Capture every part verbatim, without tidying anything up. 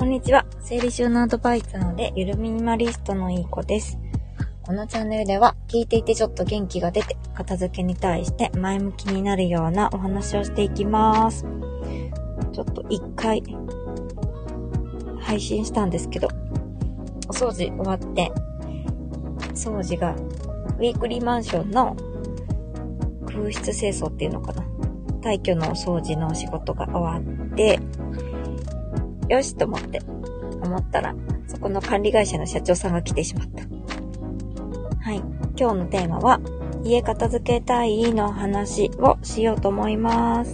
こんにちは。整理収納アドバイザーでゆるミニマリストのいい子です。このチャンネルでは聞いていてちょっと元気が出て片付けに対して前向きになるようなお話をしていきます。ちょっと一回配信したんですけど、お掃除終わって掃除がウィークリーマンションの空室清掃っていうのかな、退去のお掃除の仕事が終わってよしと思って思ったら、そこの管理会社の社長さんが来てしまった。はい、今日のテーマは家片付けたいの話をしようと思います。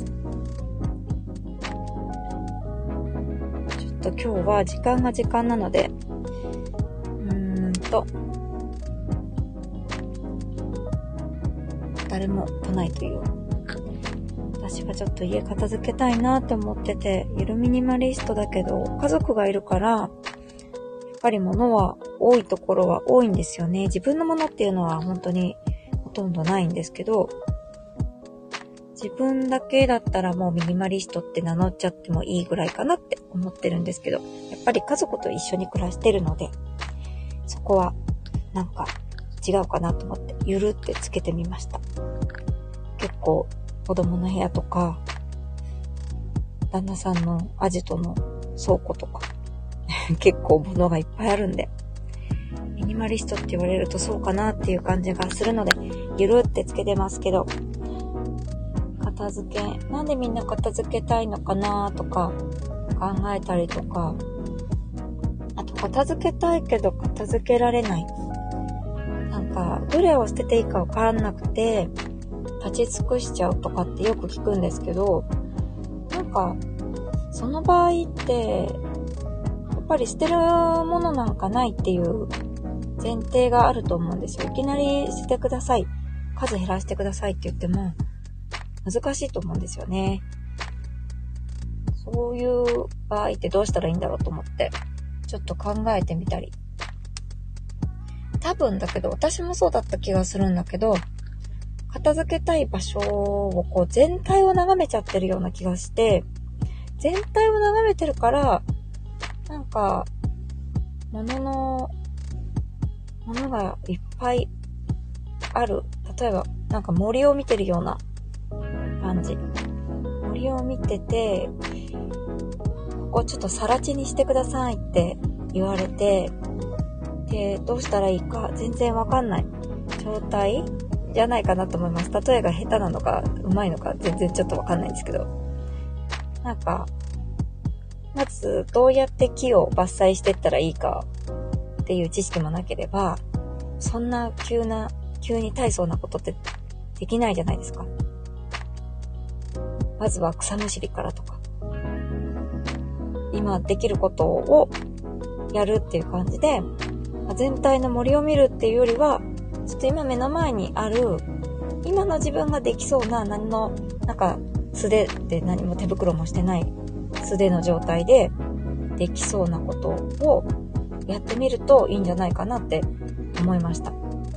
ちょっと今日は時間が時間なのでうーんと誰も来ないという、私はちょっと家片付けたいなって思ってて、ゆるミニマリストだけど家族がいるから、やっぱり物は多いところは多いんですよね。自分のものっていうのは本当にほとんどないんですけど、自分だけだったらもうミニマリストって名乗っちゃってもいいぐらいかなって思ってるんですけど、やっぱり家族と一緒に暮らしてるので、そこはなんか違うかなと思ってゆるってつけてみました。結構子供の部屋とか旦那さんのアジトの倉庫とか結構物がいっぱいあるんで、ミニマリストって言われるとそうかなっていう感じがするのでゆるってつけてますけど、片付けなんでみんな片付けたいのかなとか考えたりとか、あと片付けたいけど片付けられない、なんかどれを捨てていいかわからなくて立ち尽くしちゃうとかってよく聞くんですけど、なんかその場合ってやっぱり捨てるものなんかないっていう前提があると思うんですよ。いきなり捨ててください、数減らしてくださいって言っても難しいと思うんですよね。そういう場合ってどうしたらいいんだろうと思ってちょっと考えてみたり、多分だけど私もそうだった気がするんだけど、片付けたい場所をこう全体を眺めちゃってるような気がして、全体を眺めてるからなんか物の物がいっぱいある、例えばなんか森を見てるような感じ、森を見ててここちょっと更地にしてくださいって言われて、でどうしたらいいか全然わかんない状態じゃないかなと思います。例えが下手なのか上手いのか全然ちょっとわかんないんですけど、なんかまずどうやって木を伐採していったらいいかっていう知識もなければ、そんな急な急に大層なことってできないじゃないですか。まずは草むしりからとか、今できることをやるっていう感じで、全体の森を見るっていうよりはちょっと今目の前にある今の自分ができそうな、何のなんか素手で何も手袋もしてない素手の状態でできそうなことをやってみるといいんじゃないかなって思いました。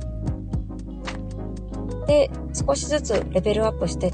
で少しずつレベルアップしてって、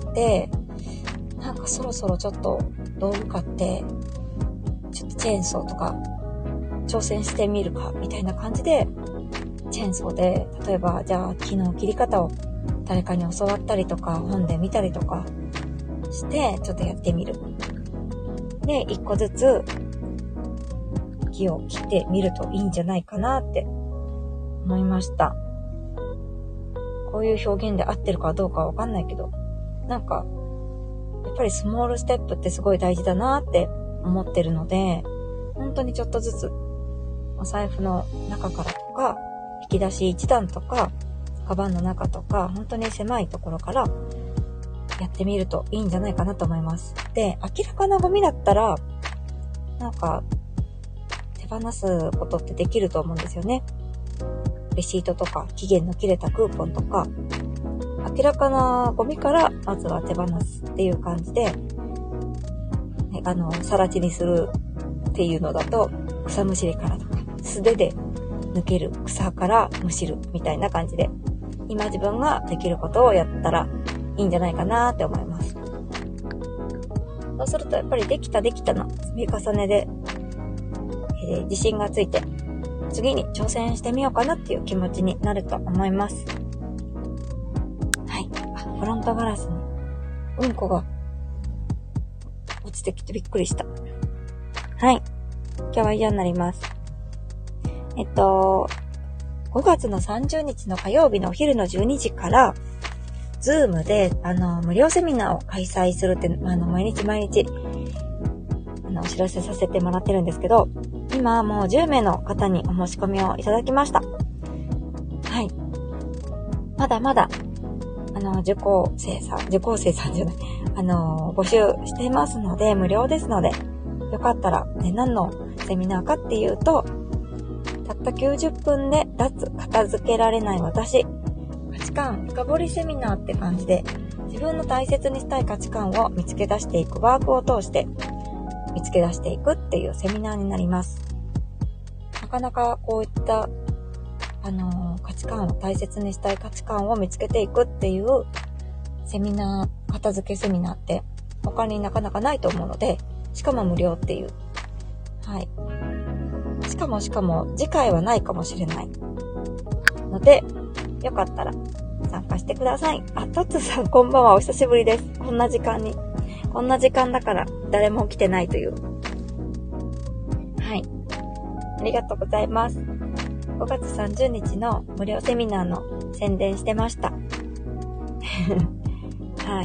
なんかそろそろちょっと道具買ってちょっとチェーンソーとか挑戦してみるかみたいな感じで、チェーンソーで例えばじゃあ木の切り方を誰かに教わったりとか本で見たりとかしてちょっとやってみる。で一個ずつ木を切ってみるといいんじゃないかなって思いました。こういう表現で合ってるかどうかわかんないけど、なんかやっぱりスモールステップってすごい大事だなって思ってるので、本当にちょっとずつお財布の中からとか引き出し一段とかカバンの中とか本当に狭いところからやってみるといいんじゃないかなと思います。で明らかなゴミだったらなんか手放すことってできると思うんですよね。レシートとか期限の切れたクーポンとか、明らかなゴミからまずは手放すっていう感じで、ね、あの更地にするっていうのだと草むしりからとか素手で抜ける草からむしるみたいな感じで、今自分ができることをやったらいいんじゃないかなって思います。そうするとやっぱりできたできたの積み重ねでえー、自信がついて、次に挑戦してみようかなっていう気持ちになると思います。はい。あ、フロントガラスにうんこが落ちてきてびっくりした。はい。今日は以上になります。えっと、ごがつのさんじゅうにちの火曜日のお昼のじゅうにじから、ズームで、あの、無料セミナーを開催するって、あの、毎日毎日、あの、お知らせさせてもらってるんですけど、今もうじゅうめいの方にお申し込みをいただきました。はい。まだまだ、あの、受講生さん、受講生さんじゃない、あの、募集していますので、無料ですので、よかったら、ね、何のセミナーかっていうと、たったきゅうじゅっぷんで脱片付けられない私、価値観深掘りセミナーって感じで、自分の大切にしたい価値観を見つけ出していくワークを通して見つけ出していくっていうセミナーになります。なかなかこういったあのー、価値観を大切にしたい価値観を見つけていくっていうセミナー、片付けセミナーって他になかなかないと思うので、しかも無料っていう、はい。しかもしかも次回はないかもしれないので、よかったら参加してください。あ、トッツさんこんばんは、お久しぶりです。こんな時間に。こんな時間だから誰も来てないという。はい。ありがとうございます。ごがつさんじゅうにちの無料セミナーの宣伝してました。はい。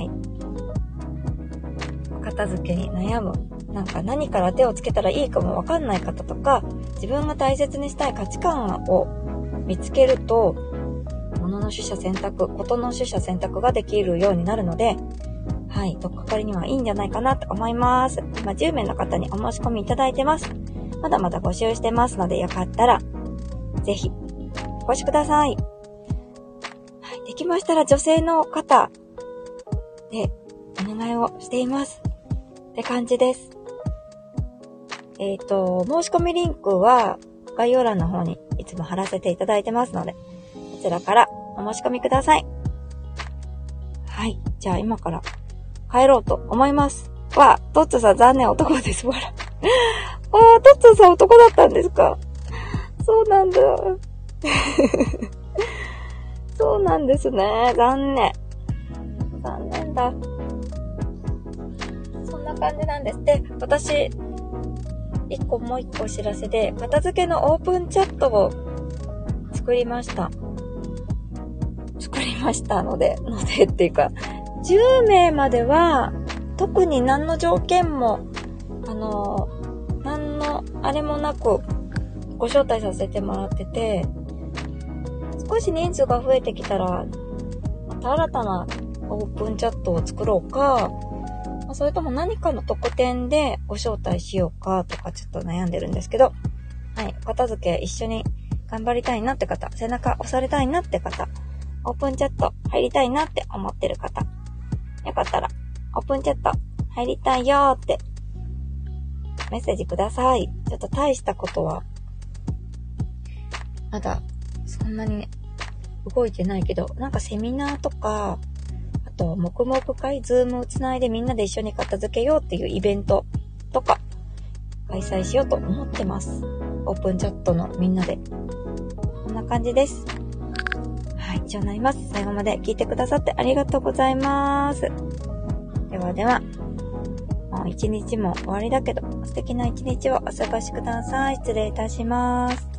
片付けに悩む。なんか何から手をつけたらいいかもわかんない方とか、自分が大切にしたい価値観を見つけると、物の取捨選択、ことの取捨選択ができるようになるので、はい、とっかかりにはいいんじゃないかなと思います。今じゅうめいの方にお申し込みいただいてます。まだまだ募集してますので、よかったらぜひお越しください。はい、できましたら女性の方でお願いをしていますって感じです。えっと、申し込みリンクは概要欄の方にいつも貼らせていただいてますので、こちらからお申し込みください。はい。じゃあ今から帰ろうと思います。わぁ、トッツーさん残念、男です。わら。あー、トッツーさん男だったんですか？そうなんだ。そうなんですね。残念。残念だ。そんな感じなんです。で、私、一個もう一個お知らせで、片付けのオープンチャットを作りました。作りましたので、のでっていうか、じゅうめいまでは、特に何の条件も、あの、何のあれもなく、ご招待させてもらってて、少し人数が増えてきたら、また新たなオープンチャットを作ろうか、それとも何かの特典でご招待しようかとかちょっと悩んでるんですけど、はい、片付け一緒に頑張りたいなって方、背中押されたいなって方、オープンチャット入りたいなって思ってる方、よかったらオープンチャット入りたいよーってメッセージください。ちょっと大したことはまだそんなに動いてないけど、なんかセミナーとか、あと黙々会、ズームをつないでみんなで一緒に片付けようっていうイベントとか開催しようと思ってます。オープンチャットのみんなで。こんな感じです。はい、以上になります。最後まで聞いてくださってありがとうございます。ではでは、もう一日も終わりだけど、素敵な一日をお過ごしください。失礼いたします。